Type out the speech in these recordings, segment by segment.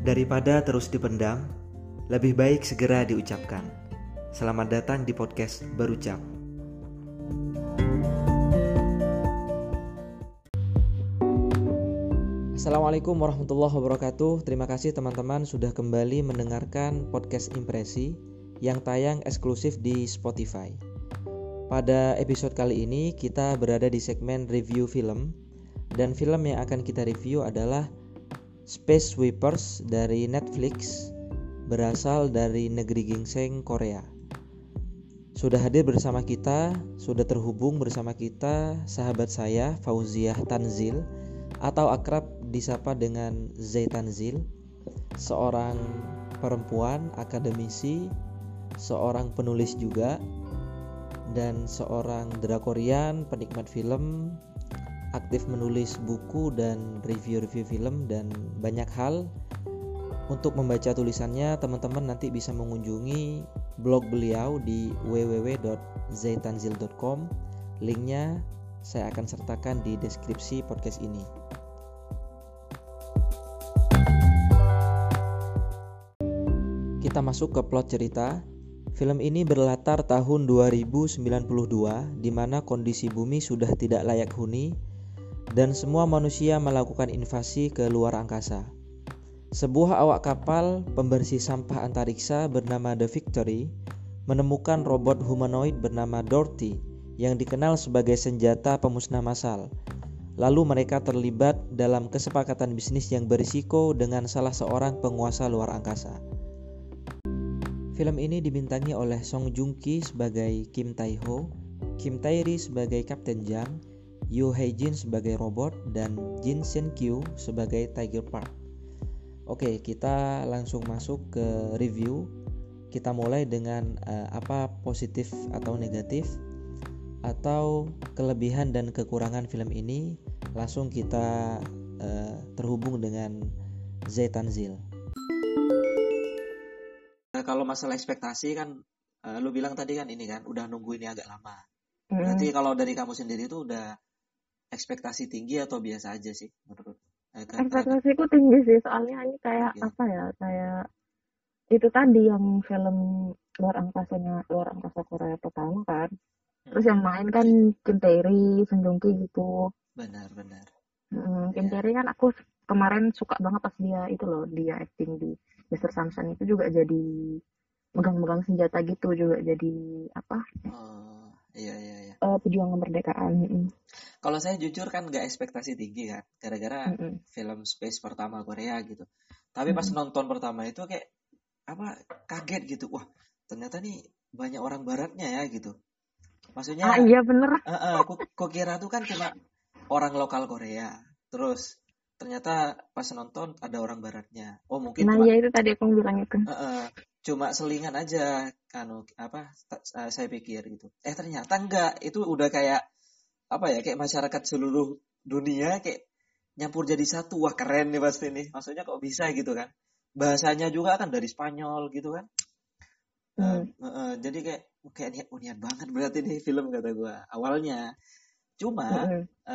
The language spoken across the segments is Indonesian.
Daripada terus dipendam, lebih baik segera diucapkan. Selamat datang di podcast Berucap. Assalamualaikum warahmatullahi wabarakatuh. Terima kasih teman-teman sudah kembali mendengarkan podcast Impresi yang tayang eksklusif di Spotify. Pada episode kali ini kita berada di segmen review film, dan film yang akan kita review adalah Space Sweepers dari Netflix, berasal dari negeri gingseng Korea. Sudah hadir bersama kita, sudah terhubung bersama kita sahabat saya Fauziah Tanzil, atau akrab disapa dengan Zai Tanzil, seorang perempuan akademisi, seorang penulis juga, dan seorang drakorian penikmat film, aktif menulis buku dan review-review film dan banyak hal. Untuk membaca tulisannya, teman-teman nanti bisa mengunjungi blog beliau di www.zaitanzil.com. Linknya saya akan sertakan di deskripsi podcast ini. Kita masuk ke plot cerita. Film ini berlatar tahun 2092, di mana kondisi bumi sudah tidak layak huni dan semua manusia melakukan invasi ke luar angkasa. Sebuah awak kapal pembersih sampah antariksa bernama The Victory menemukan robot humanoid bernama Dorothy yang dikenal sebagai senjata pemusnah massal. Lalu mereka terlibat dalam kesepakatan bisnis yang berisiko dengan salah seorang penguasa luar angkasa. Film ini dibintangi oleh Song Joong Ki sebagai Kim Tae Ho, Kim Tae Ri sebagai Kapten Jang, Yoo Hae Jin sebagai robot, dan Jin Seon Kyu sebagai Tiger Park. Oke, kita langsung masuk ke review. Kita mulai dengan apa positif atau negatif atau kelebihan dan kekurangan film ini. Langsung kita terhubung dengan Zai Tanzil. Kalau masalah ekspektasi kan, lu bilang tadi kan ini kan udah nunggu ini agak lama. Berarti kalau dari kamu sendiri itu udah ekspektasi tinggi atau biasa aja sih menurut? Ekspektasiku tinggi sih, soalnya ini kayak Ya. kayak itu tadi yang film luar angkasa Korea pertama kan. Terus yang main kan Kim Tae Ri, Song Joong Ki gitu. Benar. Kim Tae Ri kan aku kemarin suka banget pas dia acting di Mr. Samson itu juga jadi megang-megang senjata gitu, juga jadi Iya. pejuang kemerdekaan. Kalau saya jujur kan nggak ekspektasi tinggi kan, gara-gara film Space pertama Korea gitu. Tapi pas nonton pertama itu kayak kaget gitu. Wah, ternyata nih banyak orang baratnya ya gitu. Maksudnya iya bener. Aku kira tuh kan cuma orang lokal Korea. Terus ternyata pas nonton ada orang baratnya. Oh, mungkin Ya itu tadi aku bilang itu. Cuma selingan aja saya pikir gitu. Ternyata enggak, itu udah kayak kayak masyarakat seluruh dunia kayak nyampur jadi satu. Wah, keren nih pasti nih. Maksudnya kok bisa gitu kan. Bahasanya juga kan dari Spanyol gitu kan. Jadi kayak niat banget berarti nih film, kata gue awalnya. Cuma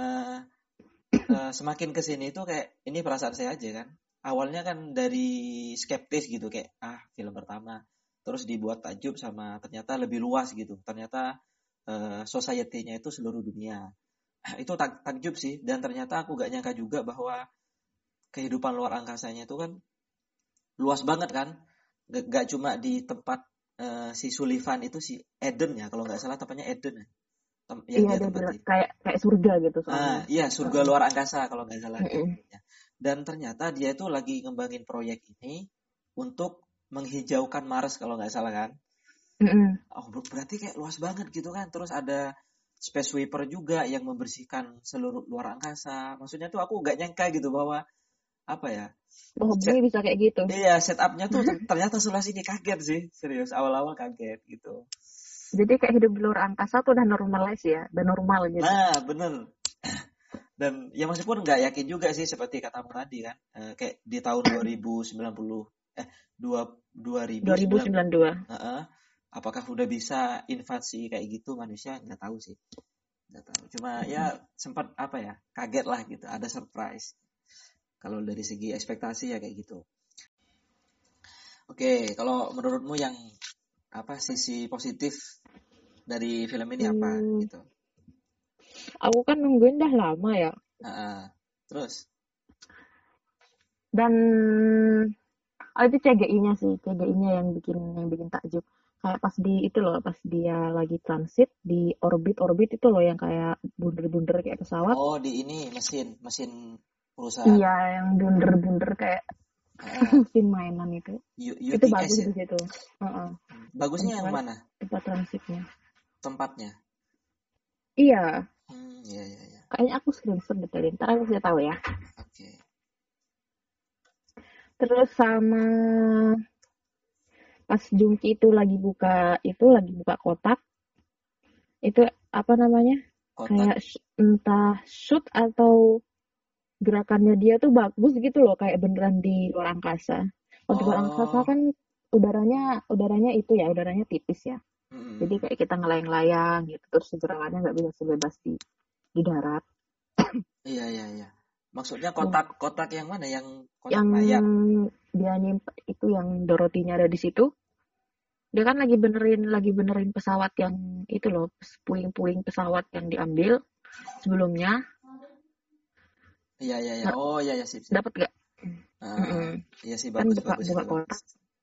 semakin kesini tuh kayak ini perasaan saya aja kan. Awalnya kan dari skeptis gitu, kayak film pertama, terus dibuat takjub sama ternyata lebih luas gitu. Ternyata society-nya itu seluruh dunia. Itu takjub sih. Dan ternyata aku gak nyangka juga bahwa kehidupan luar angkasanya itu kan luas banget kan. Gak cuma di tempat si Sullivan itu, si Eden ya, kalau gak salah tempatnya Eden ya. Iya, dia bilang kayak surga gitu soalnya. Iya, surga luar angkasa kalau gak salah. Dan ternyata dia itu lagi ngembangin proyek ini untuk menghijaukan Mars kalau nggak salah kan. Berarti kayak luas banget gitu kan. Terus ada Space Sweeper juga yang membersihkan seluruh luar angkasa. Maksudnya tuh aku nggak nyangka gitu bahwa bumi bisa kayak gitu. Iya, setupnya tuh ternyata sebelah sini. Kaget sih, serius. Awal-awal kaget gitu. Jadi kayak hidup di luar angkasa tuh udah normalize ya, udah normal gitu. Nah, bener. Dan ya meskipun nggak yakin juga sih seperti katamu tadi kan, kayak di tahun 2092, apakah udah bisa invasi kayak gitu manusia, nggak tahu sih, nggak tahu. Cuma ya sempat kaget lah gitu, ada surprise. Kalau dari segi ekspektasi ya kayak gitu. Oke, kalau menurutmu yang apa sisi positif dari film ini apa Hmm, gitu? aku kan nungguin dah lama ya. Ah, terus, Dan itu CGI-nya sih, CGI-nya yang bikin takjub. Kayak pas di itu loh, pas dia lagi transit di orbit-orbit itu loh yang kayak bunder-bunder kayak pesawat. oh di ini mesin perusahaan. Iya, yang bunder-bunder kayak Ah, mesin mainan itu. Itu UTS bagus ya. di situ. Heeh, Bagusnya yang tempat mana tempat transitnya. tempatnya? Iya, Iya iya iya. kayaknya aku screenshot detailin. Ntar aku kasih tahu ya. Oke. Terus sama pas Jungki itu lagi buka kotak, itu apa namanya? Kotak. Kayak entah shoot atau gerakannya dia tuh bagus gitu loh, kayak beneran di luar angkasa. Kalau di luar angkasa Oh, kan udaranya udaranya tipis ya. Jadi mm, kayak kita ngelayang-layang gitu, terus gerakannya nggak bisa sebebas di darat. iya iya iya. Maksudnya Nah, kotak yang mana? Yang kotak yang mayat. dia nyimpen itu yang Dorothy-nya ada di situ, dia kan lagi benerin pesawat yang itu loh, puing-puing pesawat yang diambil sebelumnya. Iya iya iya. Nggak Oh iya iya sip sip. dapat gak? Ah, iya sih Kan bagus buka bagus buka itu bagus. kotak.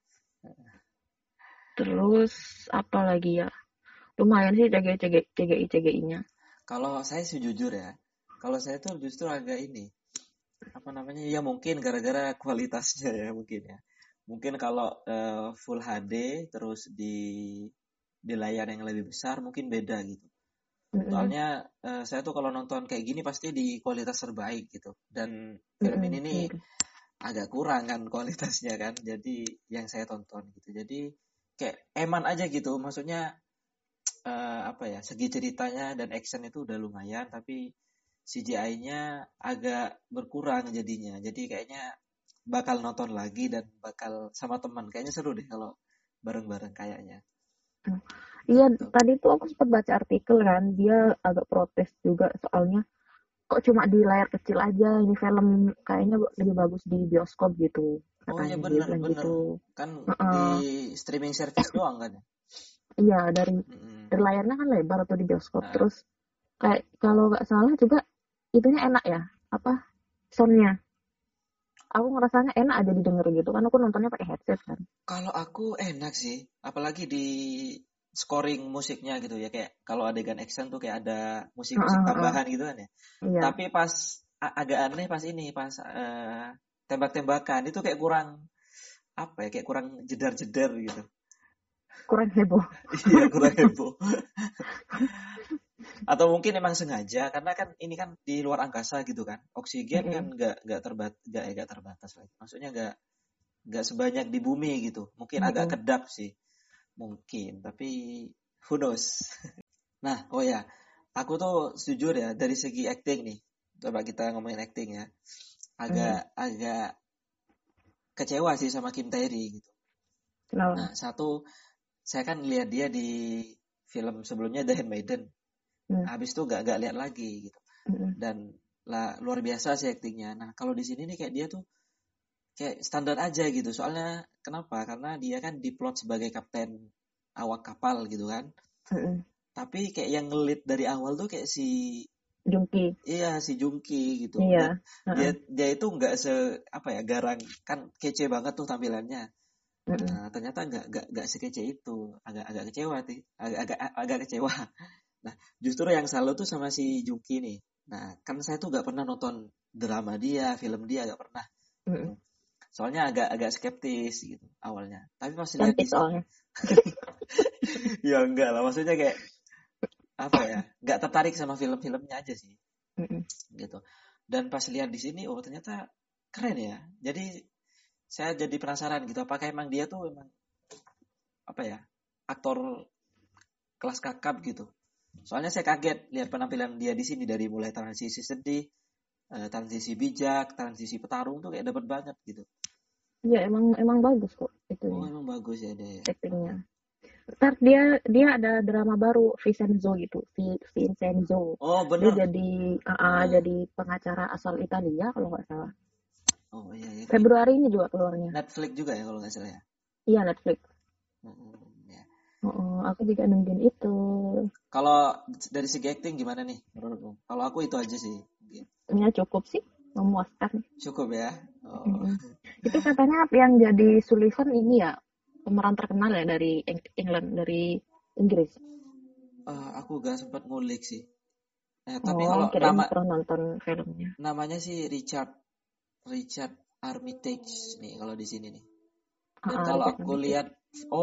Terus apa lagi ya? Lumayan sih CGI-nya. Kalau saya sih jujur ya, kalau saya tuh justru agak ini, apa namanya, ya mungkin gara-gara kualitasnya ya mungkin ya. Mungkin kalau Full HD terus di layar yang lebih besar mungkin beda gitu. Mm-mm, Soalnya saya tuh kalau nonton kayak gini pasti di kualitas terbaik gitu. Dan film ini mm-mm, nih bener. agak kurang kan kualitasnya kan. Jadi yang saya tonton gitu. Jadi kayak eman aja gitu. Maksudnya apa ya, segi ceritanya dan action itu udah lumayan tapi CGI-nya agak berkurang jadinya. Jadi kayaknya bakal nonton lagi dan bakal sama teman. Kayaknya seru deh kalau bareng-bareng kayaknya. Iya, Gitu. tadi tuh aku sempat baca artikel kan, dia agak protes juga soalnya kok cuma di layar kecil aja ini film, kayaknya lebih bagus di bioskop gitu Oh iya katanya, dia bener bilang bener. gitu. Kan di Heeh. streaming service doang kan ya. Iya, dari Mm-mm. dari layarnya kan lebar tuh di bioskop, Nah, terus kayak kalau nggak salah juga itunya enak ya, apa, soundnya aku ngerasanya enak aja didengar gitu kan, aku nontonnya pakai headset kan. kalau aku enak sih, apalagi di scoring musiknya gitu ya, kayak kalau adegan action tuh kayak ada musik-musik Heeh, heeh. tambahan gitu kan ya. Iya, Tapi pas agak aneh pas ini, pas tembak-tembakan itu kayak kurang apa ya, kayak kurang jedar-jedar gitu. kurang heboh. Iya, kurang heboh. Atau mungkin emang sengaja karena kan ini kan di luar angkasa gitu kan. Oksigen kan Mm-mm, nggak terbatas lagi. Maksudnya nggak sebanyak di bumi gitu. Mungkin agak mm-mm, kedap sih. Mungkin, tapi who knows. Nah, oh ya, aku tuh jujur ya dari segi acting nih. Coba kita ngomongin acting ya. mm. Agak kecewa sih sama Kim Tae-ri gitu. Nah, Kenapa? satu, saya kan lihat dia di film sebelumnya The Handmaiden. Mm, Habis itu gak lihat lagi gitu. mm-mm, Dan lah luar biasa sih aktingnya. Nah, kalau di sini nih kayak dia tuh kayak standar aja gitu. Soalnya kenapa? Karena dia kan diplot sebagai kapten awak kapal gitu kan. mm-mm. Tapi kayak yang ngelit dari awal tuh kayak Jungki. iya si Jungki gitu. Dan Iya. dia Heeh, dia itu nggak apa ya, garang kan, kece banget tuh tampilannya. mm-mm. Nah, ternyata nggak sekece itu. Agak kecewa sih. Agak kecewa. Nah, justru yang salah tuh sama si Jungki nih. Nah, kan saya tuh nggak pernah nonton drama dia, film dia nggak pernah gitu. Mm-mm. Soalnya agak skeptis gitu awalnya. Tapi pas lihat di Cantik sini, soalnya. ya enggak lah. Maksudnya kayak apa ya? Nggak tertarik sama film-filmnya aja sih Mm-mm. gitu. Dan pas lihat di sini, oh ternyata keren ya. Jadi saya jadi penasaran gitu. Apakah emang dia tuh emang apa ya, aktor kelas kakap gitu. Soalnya saya kaget lihat penampilan dia di sini dari mulai transisi sedih, transisi bijak, transisi petarung tuh kayak dapat banget gitu. Iya, emang bagus kok Oh itunya, emang bagus ya deh. actingnya. Ntar dia ada drama baru, Vincenzo gitu, Vincenzo. Oh Dia bener. Eh, jadi pengacara asal Italia kalau nggak salah. oh iya, iya. Ini Februari ini juga keluarnya. Netflix juga ya kalau nggak salah ya. Iya, Netflix. Ya. Oh, aku juga nungguin itu. Kalau dari segi acting gimana nih menurutmu? Kalau aku itu aja sih. Ya cukup sih, memuaskan. Cukup ya. Oh. Mm-mm. Itu katanya yang jadi Sullivan ini ya pemeran terkenal ya dari England, dari Inggris. Aku gak sempat ngulik sih. Tapi Oh, kalau kirain pernah nonton filmnya. namanya sih Richard Richard Armitage nih kalau di sini nih. Dan kalau Richard aku Armitage. lihat,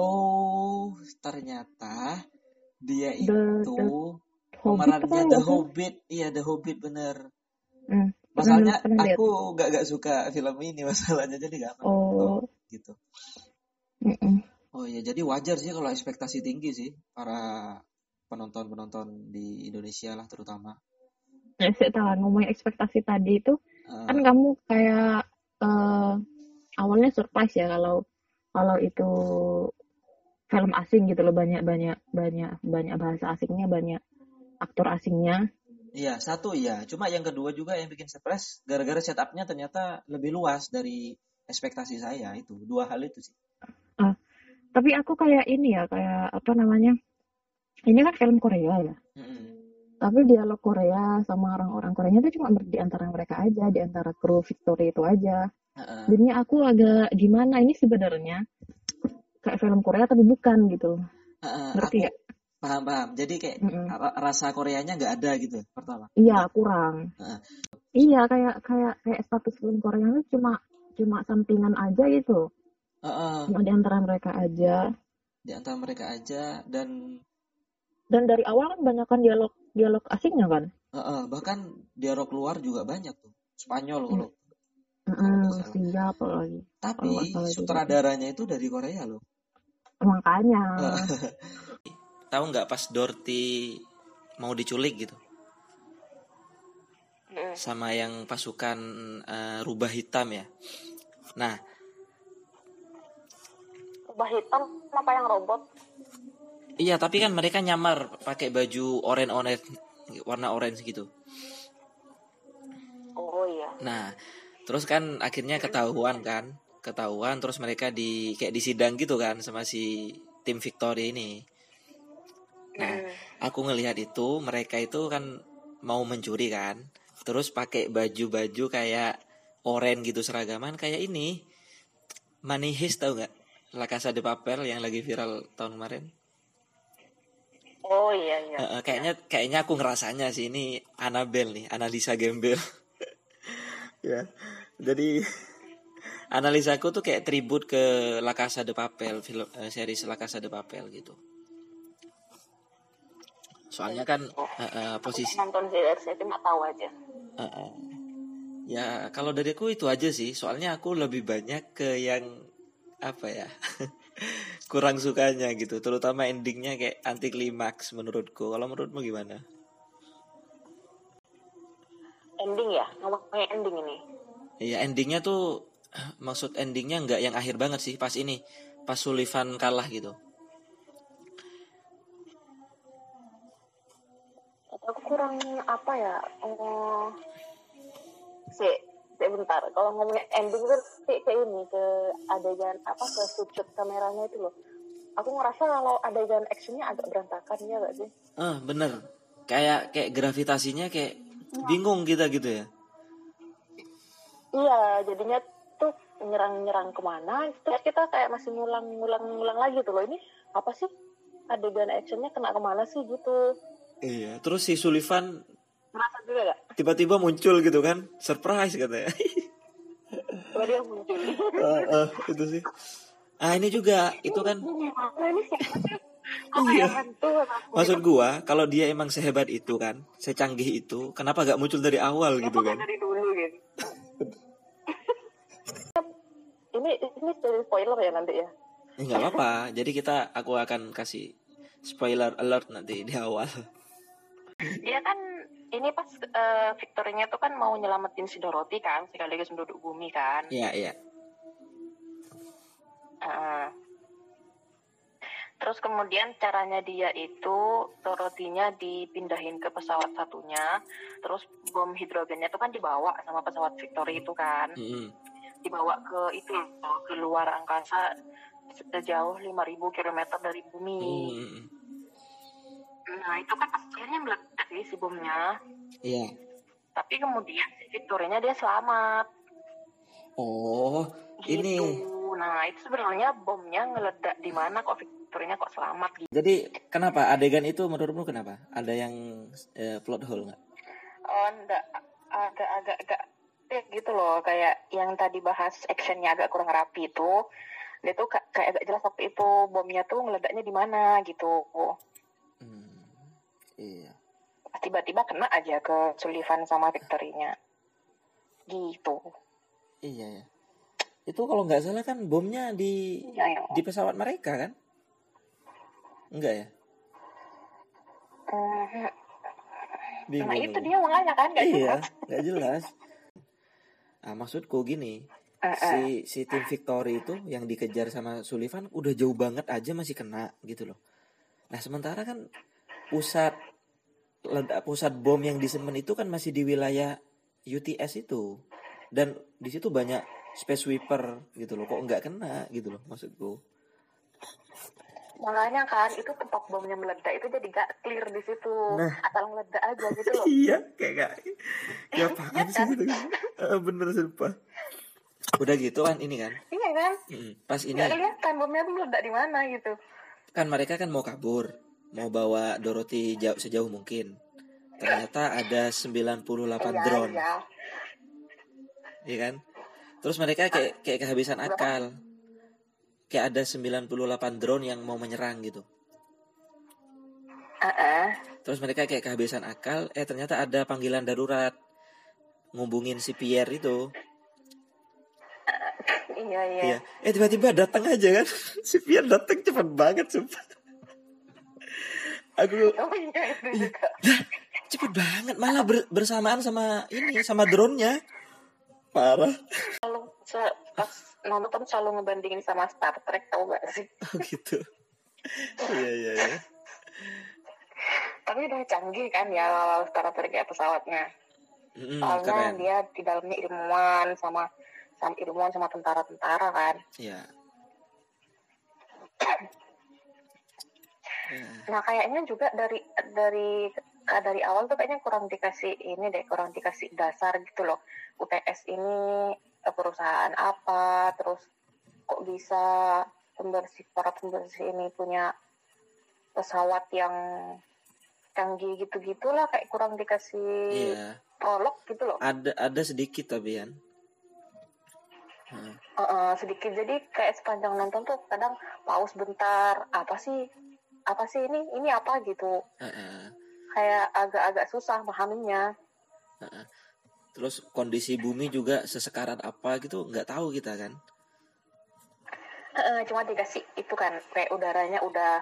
ternyata dia The itu Hobbit apa pemerannya The nggak salah? Hobbit. Iya, The Hobbit bener. Pernah Masalahnya pernah lihat. aku gak suka film ini masalahnya, jadi gak akan nonton Oh, gitu. mm-mm. Oh iya, jadi wajar sih kalau ekspektasi tinggi sih para penonton-penonton di Indonesia lah terutama. Ya, saya tahu ngomongin ekspektasi tadi itu kan Eh, kamu kayak eh, awalnya surprise ya kalau kalau itu film asing gitu loh, banyak banyak banyak banyak bahasa asingnya, banyak aktor asingnya. iya, satu iya. Cuma yang kedua juga yang bikin surprise gara-gara setupnya ternyata lebih luas dari ekspektasi saya itu. Dua hal itu sih. Ah, tapi aku kayak ini ya, kayak apa namanya? Ini kan film Korea ya. Mm-mm. Tapi dialog Korea sama orang-orang Koreanya itu cuma di antara mereka aja, di antara kru Victory itu aja. Heeh, Jadinya aku agak gimana ini sebenarnya kayak film Korea tapi bukan gitu. Ngerti aku gak? paham-paham. Jadi kayak Mm-mm. rasa Koreanya nggak ada gitu pertama. Iya, kurang. Heeh, Iya, kayak kayak kayak status film Korea itu cuma cuma sampingan aja gitu. heeh, Cuma di antara mereka aja. di antara mereka aja dan Dan dari awal kan banyak dialog dialog asingnya kan. bahkan dialog luar juga banyak tuh. Spanyol Mm, kalau nggak salah. siap lagi. Kalau Tapi nggak salah juga tuh. sutradaranya itu dari Korea loh. Makanya. Tahu nggak pas Dorothy mau diculik gitu sama yang pasukan rubah hitam ya. Nah, Rubah hitam apa yang robot? iya tapi kan mereka nyamar pakai baju orange warna orange gitu. Oh iya. Nah, terus kan akhirnya ketahuan terus mereka kayak disidang gitu kan sama si tim Victory ini. Nah, aku ngelihat itu mereka itu kan mau mencuri kan, terus pakai baju-baju kayak oranye gitu seragaman kayak ini Money Heist tahu nggak? La Casa de Papel yang lagi viral tahun kemarin. Oh iya iya. Kayaknya aku ngerasanya sih ini Annabelle nih, Analisa Gembel. Ya. Jadi analisaku tuh kayak tribut ke La Casa de Papel, film series La Casa de Papel gitu. Soalnya kan posisi Nonton series saya cuma tahu aja. eh, eh, ya kalau dari aku itu aja sih. Soalnya aku lebih banyak ke yang apa ya? Kurang sukanya gitu, terutama endingnya kayak anti klimaks menurutku. Kalau menurutmu gimana? Ending ya, ngomongin ending ini. Iya endingnya tuh maksud endingnya nggak yang akhir banget sih pas Sullivan kalah gitu. Aku kurang apa ya? Sih, bentar. Kalau ngomongin ending tuh kayak ini ke adegan apa ke sudut kameranya itu loh. Aku ngerasa kalau adegan actionnya agak berantakan ya gak sih? Bener. Kayak gravitasinya kayak bingung kita gitu ya. Iya, jadinya tuh nyerang-nyerang kemana, terus kita kayak masih ngulang lagi tuh loh. Ini apa sih? Adegan actionnya kena kemana sih gitu. Iya, terus si Sullivan Merasa juga gak? tiba-tiba muncul gitu kan, surprise katanya. Kalau dia muncul. Itu sih. Ini juga itu kan. Ini siapa sih? Iya. Hantu Maksud gua, kalau dia emang sehebat itu kan, secanggih itu, kenapa gak muncul dari awal gitu kan? dari dulu gitu. Ini jadi spoiler ya nanti ya. Nggak apa-apa. Jadi aku akan kasih spoiler alert nanti di awal. Iya kan ini pas Victorinya tuh kan mau nyelamatin si Dorothy kan, sekaligus penduduk bumi kan. Iya, iya. Terus kemudian caranya dia itu Dorothy-nya dipindahin ke pesawat satunya, terus bom hidrogennya itu kan dibawa sama pesawat Victory itu kan, dibawa ke itu ke luar angkasa sejauh 5.000 kilometer dari bumi. Nah itu kan akhirnya meledak si bomnya. Iya. Tapi kemudian si Victoria dia selamat. Oh, gitu. ini. Nah itu sebenarnya bomnya ngeledak di mana kok Victoria kok selamat gitu. Jadi kenapa adegan itu menurutmu kenapa? Ada yang plot hole nggak? Enggak, agak gitu loh, kayak yang tadi bahas actionnya agak kurang rapi itu. Dia tuh kayak agak jelas waktu itu bomnya tuh meledaknya di mana gitu. Iya. Tiba-tiba kena aja ke Sullivan sama Victoria. Gitu. Iya ya. Itu kalau nggak salah kan bomnya di pesawat mereka kan? Enggak ya? Bingung. Nah itu dia makanya kan nggak jelas. Nggak jelas. Maksudku gini, si tim Victory itu yang dikejar sama Sullivan udah jauh banget aja masih kena gitu loh. Nah sementara kan pusat bom yang disimpan itu kan masih di wilayah UTS itu, dan di situ banyak space sweeper gitu loh, kok nggak kena gitu loh maksudku. Makanya kan itu tempat bomnya meledak itu jadi gak clear di situ. Nah, asal meledak aja gitu loh. Iya, kayak apaan sih gitu kan. Bener sumpah. Udah gitu kan ini kan. Iya kan? Pas ini. Gak kelihatan bomnya tuh meledak di mana gitu. Kan mereka kan mau kabur, mau bawa Dorothy sejauh mungkin. Ternyata ada 98 drone. Iya kan? Terus mereka kayak kehabisan akal. Kayak ada 98 drone yang mau menyerang gitu. Terus mereka kayak kehabisan akal. Ternyata ada panggilan darurat, ngubungin si Pierre itu. Iya. Tiba-tiba datang aja kan. Si Pierre datang cepat banget sumpah. Aku. Cepet banget, malah bersamaan sama drone-nya. Parah. Pas nonton selalu ngebandingin sama Star Trek, tau gak sih? Oh gitu. Iya. Tapi udah canggih kan ya Star Trek ya pesawatnya. Soalnya keren. Dia di dalamnya ilmuwan sama tentara-tentara kan. Iya. Nah kayaknya juga dari awal tuh kayaknya kurang dikasih dasar gitu loh. UTS ini perusahaan apa, terus kok bisa para pembersih ini punya pesawat yang canggih gitu-gitulah, kayak kurang dikasih prolog gitu loh. Ada sedikit tapi kan. Sedikit, jadi kayak sepanjang nonton tuh kadang pause bentar, apa sih ini apa gitu. Kayak agak-agak susah memahaminya. Terus kondisi bumi juga sesekarat apa gitu nggak tahu kita kan. Cuma dikasih itu kan kayak udaranya udah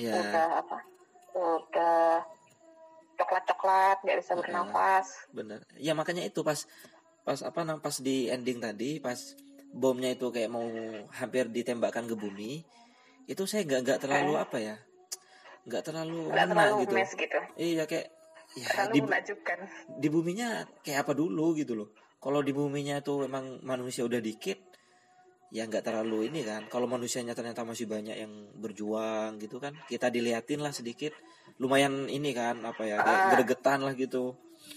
coklat nggak bisa bernafas. Bener. Ya makanya itu pas di ending tadi, pas bomnya itu kayak mau hampir ditembakkan ke bumi, itu saya nggak terlalu nggak terlalu gitu. Iya kayak di buminya kayak apa dulu gitu loh. Kalau di buminya tuh emang manusia udah dikit, ya nggak terlalu ini kan. Kalau manusianya ternyata masih banyak yang berjuang gitu kan, kita diliatin lah sedikit, lumayan ini kan kayak gregetan lah gitu.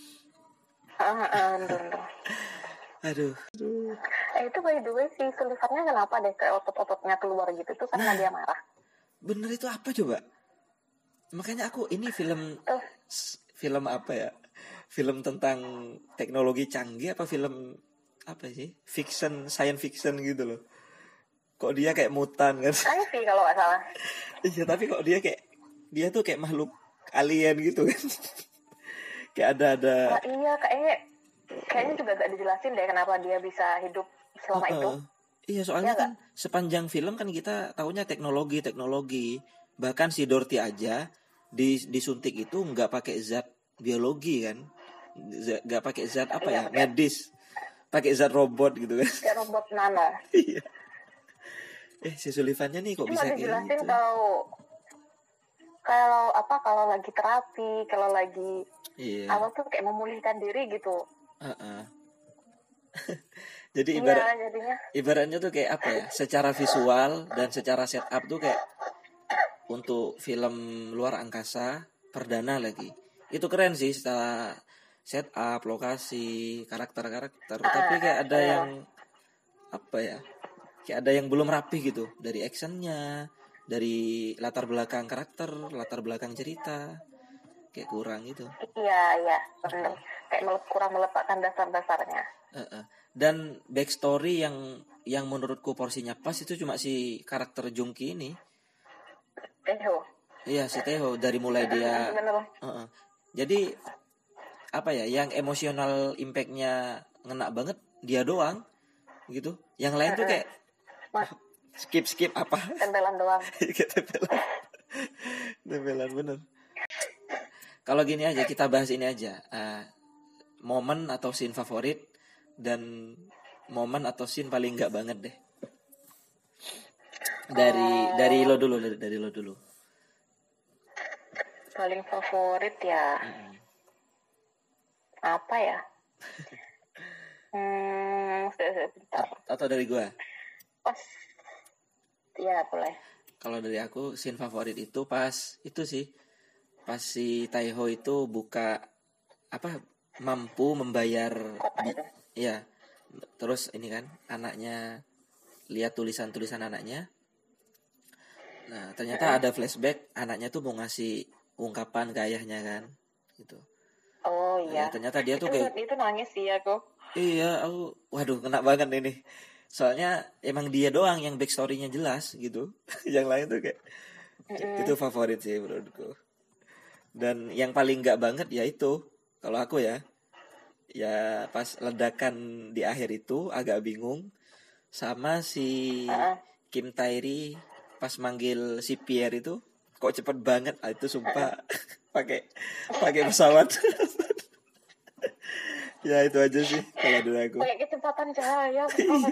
Aduh. Itu by the way si Sullivannya kenapa deh kayak otot-ototnya keluar gitu tuh karena dia marah. Bener, itu apa coba? Makanya aku ini film apa ya? Film tentang teknologi canggih apa film apa sih? Science fiction gitu loh. Kok dia kayak mutan kan? Science sih kalau nggak salah. Iya, tapi kok dia tuh kayak makhluk alien gitu kan? Kayak ada. Nah, iya, kayaknya juga gak dijelasin deh kenapa dia bisa hidup selama itu. Iya, soalnya kan sepanjang film kan kita taunya teknologi. Bahkan si Dorothy aja disuntik itu nggak pakai zat biologi kan, nggak pakai zat medis, pakai zat robot gitu kan. Kayak robot nano. Iya. Si Sullivan-nya nih kok bisa kayak gitu. Kalau lagi terapi, kalau lagi tuh kayak memulihkan diri gitu. Jadi Iya, jadinya. ibaratnya tuh kayak apa ya? Secara visual dan secara setup tuh kayak untuk film luar angkasa perdana lagi. Itu keren sih secara setup, lokasi, karakter-karakter. Tapi kayak ada yang Bener. apa ya? Kayak ada yang belum rapi gitu dari actionnya, dari latar belakang karakter, latar belakang cerita. Kayak kurang gitu. Iya, bener. Kayak kurang meletakkan dasar-dasarnya. Dan backstory yang menurutku porsinya pas itu cuma si karakter Jungki ini. Teho. Iya, si Teho dari mulai dia. Bener. Jadi apa ya, yang emosional impactnya ngena banget dia doang gitu. Yang lain tuh kayak skip apa. Tempelan doang. Tempelan bener. Kalau gini aja, kita bahas ini aja. Momen atau scene favorit dan momen atau scene paling enggak banget deh. Dari lo dulu. Paling favorit ya. Apa ya? Bentar. Atau dari gua? Pas. Ya, boleh. Kalau dari aku scene favorit itu pas si Taiho itu buka mampu membayar ya. Terus ini kan anaknya lihat tulisan anaknya. Nah, ternyata ada flashback, anaknya tuh mau ngasih ungkapan ke ayahnya kan gitu. Oh iya. Ternyata dia tuh kayak itu nangis sih aku. Iya, waduh kena banget ini. Soalnya emang dia doang yang backstory-nya jelas gitu. Yang lain tuh kayak itu favorit sih menurutku. Dan yang paling nggak banget ya itu, kalau aku ya pas ledakan di akhir itu agak bingung sama si Kim Tairi pas manggil si Pierre itu kok cepet banget. Itu sumpah pakai pesawat. Ya itu aja sih kalau dari aku. Pakai kecepatan cahaya.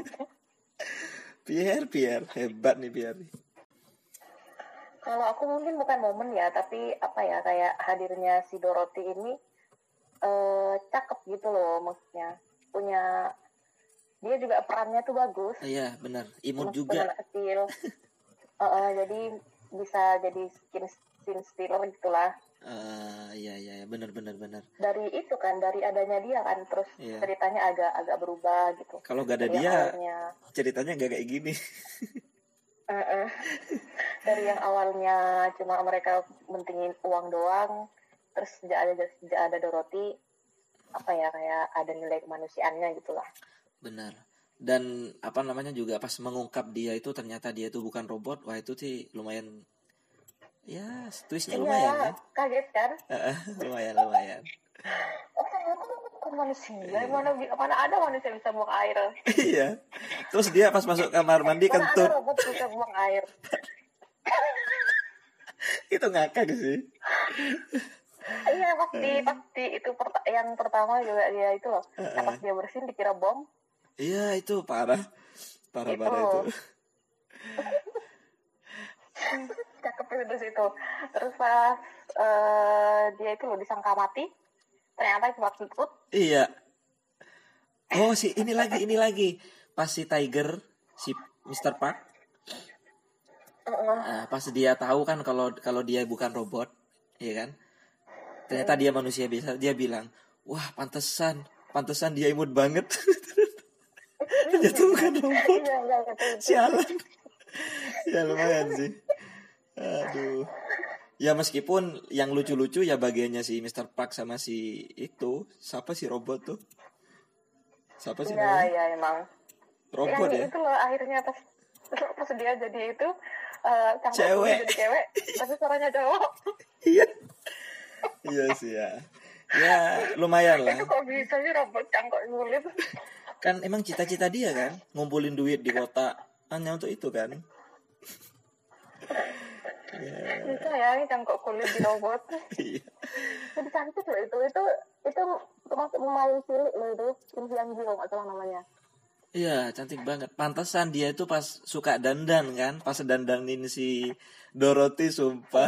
Pierre hebat nih Pierre. Kalau aku mungkin bukan momen ya, tapi apa ya, kayak hadirnya si Dorothy ini cakep gitu loh, maksudnya punya, dia juga perannya tuh bagus. Iya benar, imut juga. Anak kecil. Jadi bisa jadi scene stealer gitulah. Iya benar. Dari itu kan, dari adanya dia kan, terus ceritanya agak berubah gitu. Kalau gak ada dari dia, ceritanya gak kayak gini. Dari yang awalnya cuma mereka mentingin uang doang, terus sejak ada Dorothy, apa ya, kayak ada nilai kemanusiaannya gitulah. Benar. Dan apa namanya juga pas mengungkap dia itu ternyata dia itu bukan robot, wah itu sih lumayan. Ya, twistnya lumayan ya. Kaget kan? lumayan. Oh, ternyata bukan manusia. Mana ada manusia bisa buang air? Iya. Terus dia pas masuk kamar mandi kentut. Mana ada robot bisa buang air? Itu ngakak sih. Iya pasti itu yang pertama juga dia itu loh. Pas dia bersin dikira bom. Iya itu parah itu. Cakep itu situ. Terus pas dia itu loh disangka mati, ternyata cuma ikut. Iya. Oh ini lagi pas si Tiger, si Mr. Park. Pas dia tahu kan kalau dia bukan robot, iya kan? Ternyata dia manusia biasa. Dia bilang, wah pantesan dia imut banget. Ternyata bukan robot. Sialan. Ya lumayan sih. Aduh. Ya meskipun yang lucu-lucu ya bagiannya si Mr. Park sama si itu. Siapa si robot tuh? Siapa sih namanya? Iya emang. Robot ya? Itu loh akhirnya pas dia jadi itu cewek. Jadi cewek, tapi suaranya cowok. Iya. Iya sih ya. Ya lumayan lah. Itu kok bisa sih robot cangkok kulit? Kan emang cita-cita dia kan ngumpulin duit di kota hanya untuk itu kan. Bisa ya cangkok kulit di robot. Iya. Jadi cantik loh itu termasuk pemain cilik loh itu, Kim Hyun Ji nggak salah namanya. Iya cantik banget. Pantesan dia itu pas suka dandan kan, pas dandanin si Dorothy sumpah.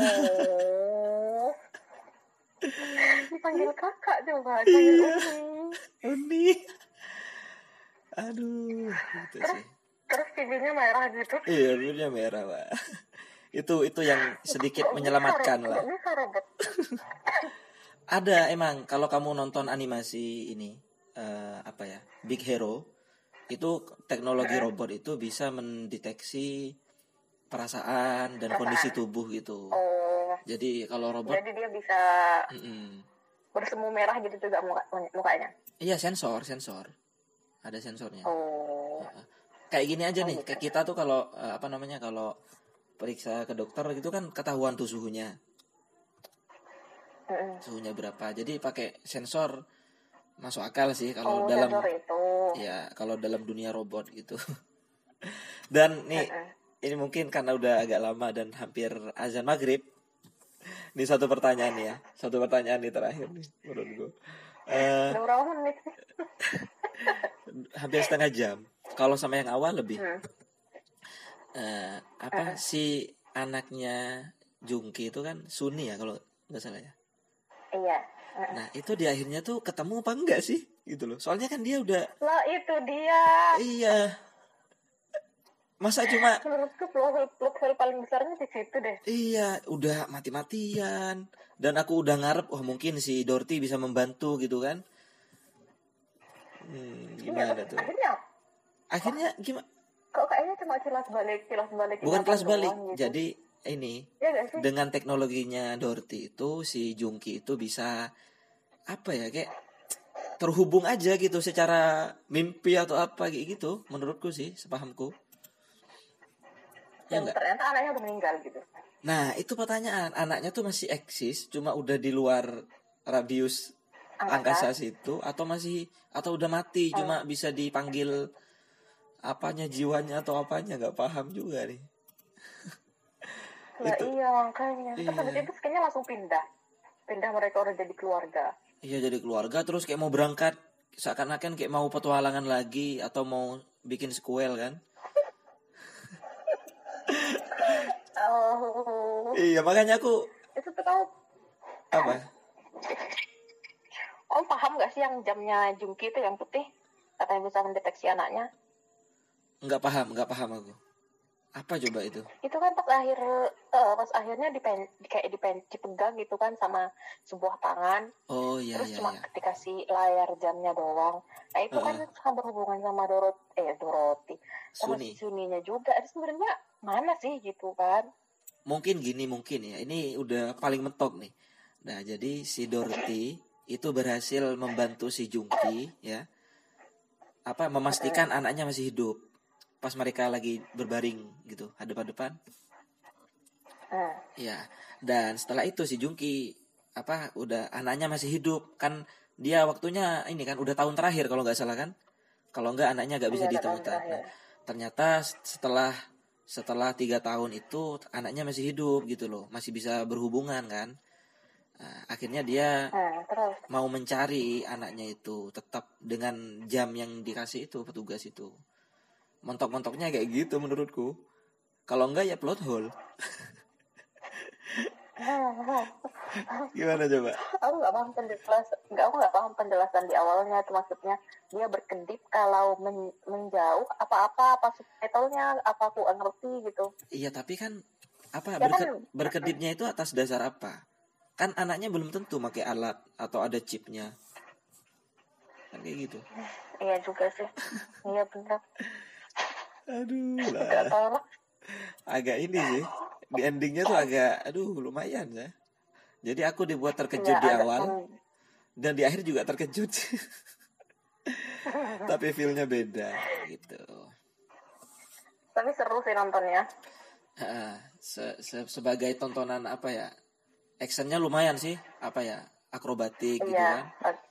Dipanggil kakak coba, Iya. Uni. Aduh, gitu Terus sih. terus pipinya merah gitu. Iya, bibirnya merah, Pak. Itu yang sedikit menyelamatkan lah. Kok bisa robot? Ada emang kalau kamu nonton animasi ini apa ya? Big Hero itu teknologi robot itu bisa mendeteksi perasaan dan kondisi tubuh gitu. Oh, Jadi kalau robot jadi dia bisa bersemu merah gitu juga mukanya. iya sensor ada sensornya. Oh, Kayak gini aja nih, gitu. kayak kita tuh kalau apa namanya kalau periksa ke dokter gitu kan ketahuan tuh suhunya berapa. Jadi pakai sensor masuk akal sih kalau dalam sensor itu. ya kalau dalam dunia robot gitu. Dan nih ini mungkin karena udah agak lama dan hampir azan maghrib. Ini satu pertanyaan nih terakhir nih menurut gue. Udah berapa menit sih? Hampir setengah jam. Kalau sama yang awal lebih. Si anaknya Jungki itu kan Suni ya kalau nggak salah ya. Iya. Nah itu di akhirnya tuh ketemu apa enggak sih gitu loh. Soalnya kan dia udah. Lah itu dia. Iya. Masa cuma. Menurutku plot hole paling besarnya di situ deh. Iya, udah mati-matian. Dan aku udah ngarep, mungkin si Dorothy bisa membantu gitu kan. Gimana tuh? Akhirnya gimana? Kok kayaknya cuma kilas balik. Bukan kelas balik. Gitu. Jadi ini dengan teknologinya Dorothy itu si Jungki itu bisa apa ya kayak terhubung aja gitu secara mimpi atau apa gitu menurutku sih sepahamku. Ya ternyata anaknya udah meninggal gitu. Nah itu pertanyaan, anaknya tuh masih eksis cuma udah di luar radius angkasa situ atau udah mati cuma bisa dipanggil apanya jiwanya atau apanya nggak paham juga nih. Nah, iya makanya. Terus habis itu kayaknya langsung pindah mereka udah jadi keluarga. Iya jadi keluarga terus kayak mau berangkat seakan-akan kayak mau petualangan lagi atau mau bikin sequel kan. Iya makanya aku itu tuh tahu apa? Paham gak sih yang jamnya Jungki itu yang putih katanya bisa mendeteksi anaknya? Nggak paham aku. Apa coba itu? Itu kan pas akhirnya dipegang gitu kan sama sebuah tangan. Oh iya. Terus cuma dikasih layar jamnya doang. Nah itu kan sama berhubungan sama Dorothy. Sama si Suninya juga. Itu sebenarnya mana sih gitu kan? Mungkin ya. Ini udah paling mentok nih. Nah jadi si Dorothy itu berhasil membantu si Jungki ya. Memastikan anaknya masih hidup. Pas mereka lagi berbaring gitu hadap-hadapan. Ya, dan setelah itu si Jungki udah anaknya masih hidup kan dia waktunya ini kan udah tahun terakhir kalau nggak salah kan. Kalau nggak anaknya nggak bisa ditemukan. Nah, ternyata setelah 3 tahun itu anaknya masih hidup gitu loh, masih bisa berhubungan kan. Nah, akhirnya dia mau mencari anaknya itu tetap dengan jam yang dikasih itu petugas itu. Mentok-mentoknya kayak gitu menurutku. Kalau enggak ya plot hole. Gimana coba? Aku nggak paham penjelasan di awalnya itu maksudnya dia berkedip kalau menjauh apa subtitlenya apa aku ngerti gitu. Iya tapi kan berkedipnya itu atas dasar apa? Kan anaknya belum tentu pakai alat atau ada chipnya. Kan kayak gitu. Iya juga sih. Iya benar. Aduh lah. Agak ini sih. Di endingnya tuh agak lumayan ya. Jadi aku dibuat terkejut di awal dan di akhir juga terkejut. Tapi feel-nya beda gitu. Tapi seru sih nontonnya. Sebagai tontonan actionnya lumayan sih akrobatik gitu kan.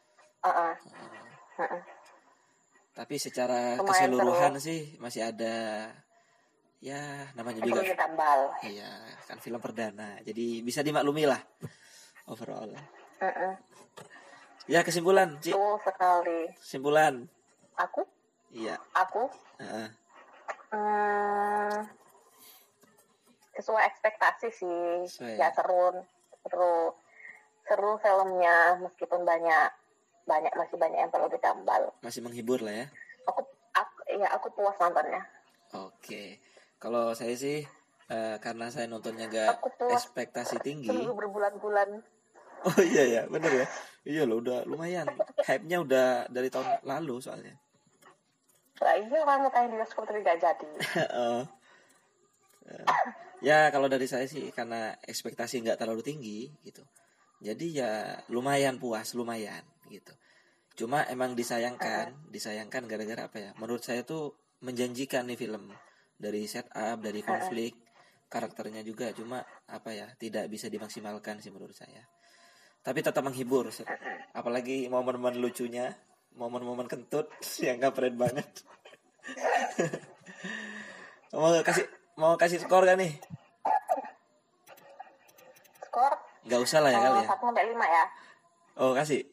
Tapi secara keseluruhan sih masih ada ya namanya juga tambal. Iya kan film perdana jadi bisa dimaklumi lah overall. Ya kesimpulan Ci. Betul sekali. Kesimpulan aku iya aku sesuai ekspektasi sih. Ya seru filmnya meskipun masih banyak yang perlu ditambal. Masih menghibur lah ya. ya, aku puas nontonnya. Oke. Kalau saya sih karena saya nontonnya gak Aku puas ekspektasi tinggi. seminggu berbulan-bulan. Oh iya ya, bener ya. Iya loh, udah lumayan. Hype-nya udah dari tahun lalu soalnya. Lah iya, kamu tayang di bioskop tapi gak jadi. Oh. Ya kalau dari saya sih karena ekspektasi nggak terlalu tinggi gitu. Jadi ya lumayan puas, lumayan gitu. Cuma emang disayangkan gara-gara apa ya? Menurut saya tuh menjanjikan nih film, dari setup, dari konflik, karakternya juga, cuma apa ya, tidak bisa dimaksimalkan sih menurut saya. Tapi tetap menghibur, apalagi momen-momen lucunya, momen-momen kentut yang keren banget. mau kasih skor gak nih? Skor? Gak usah lah ya kali ya. 1-5 ya. Oh kasih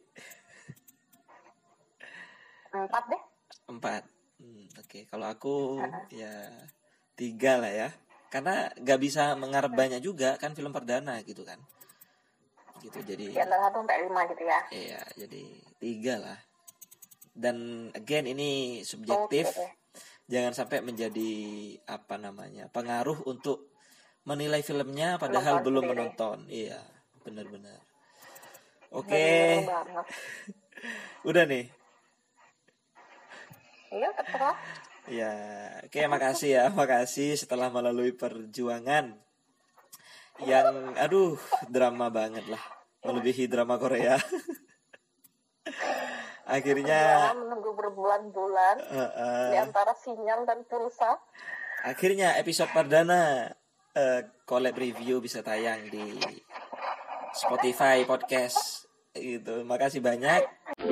4 deh. 4. Oke. Kalau aku ya 3 lah ya. Karena gak bisa mengharap banyak juga kan, film perdana gitu kan. Gitu jadi. Ya 1-5 gitu ya. Iya, jadi 3 lah. Dan again ini subjektif. Okay. Jangan sampai menjadi pengaruh untuk menilai filmnya padahal belum menonton. Iya, benar-benar. Oke. Udah nih. Iya, terserah. Ya, oke, makasih setelah melalui perjuangan yang drama banget lah, melebihi drama Korea. Akhirnya menunggu berbulan-bulan di antara sinyal dan pulsa. Akhirnya episode perdana collab review bisa tayang di Spotify podcast gitu. Makasih banyak.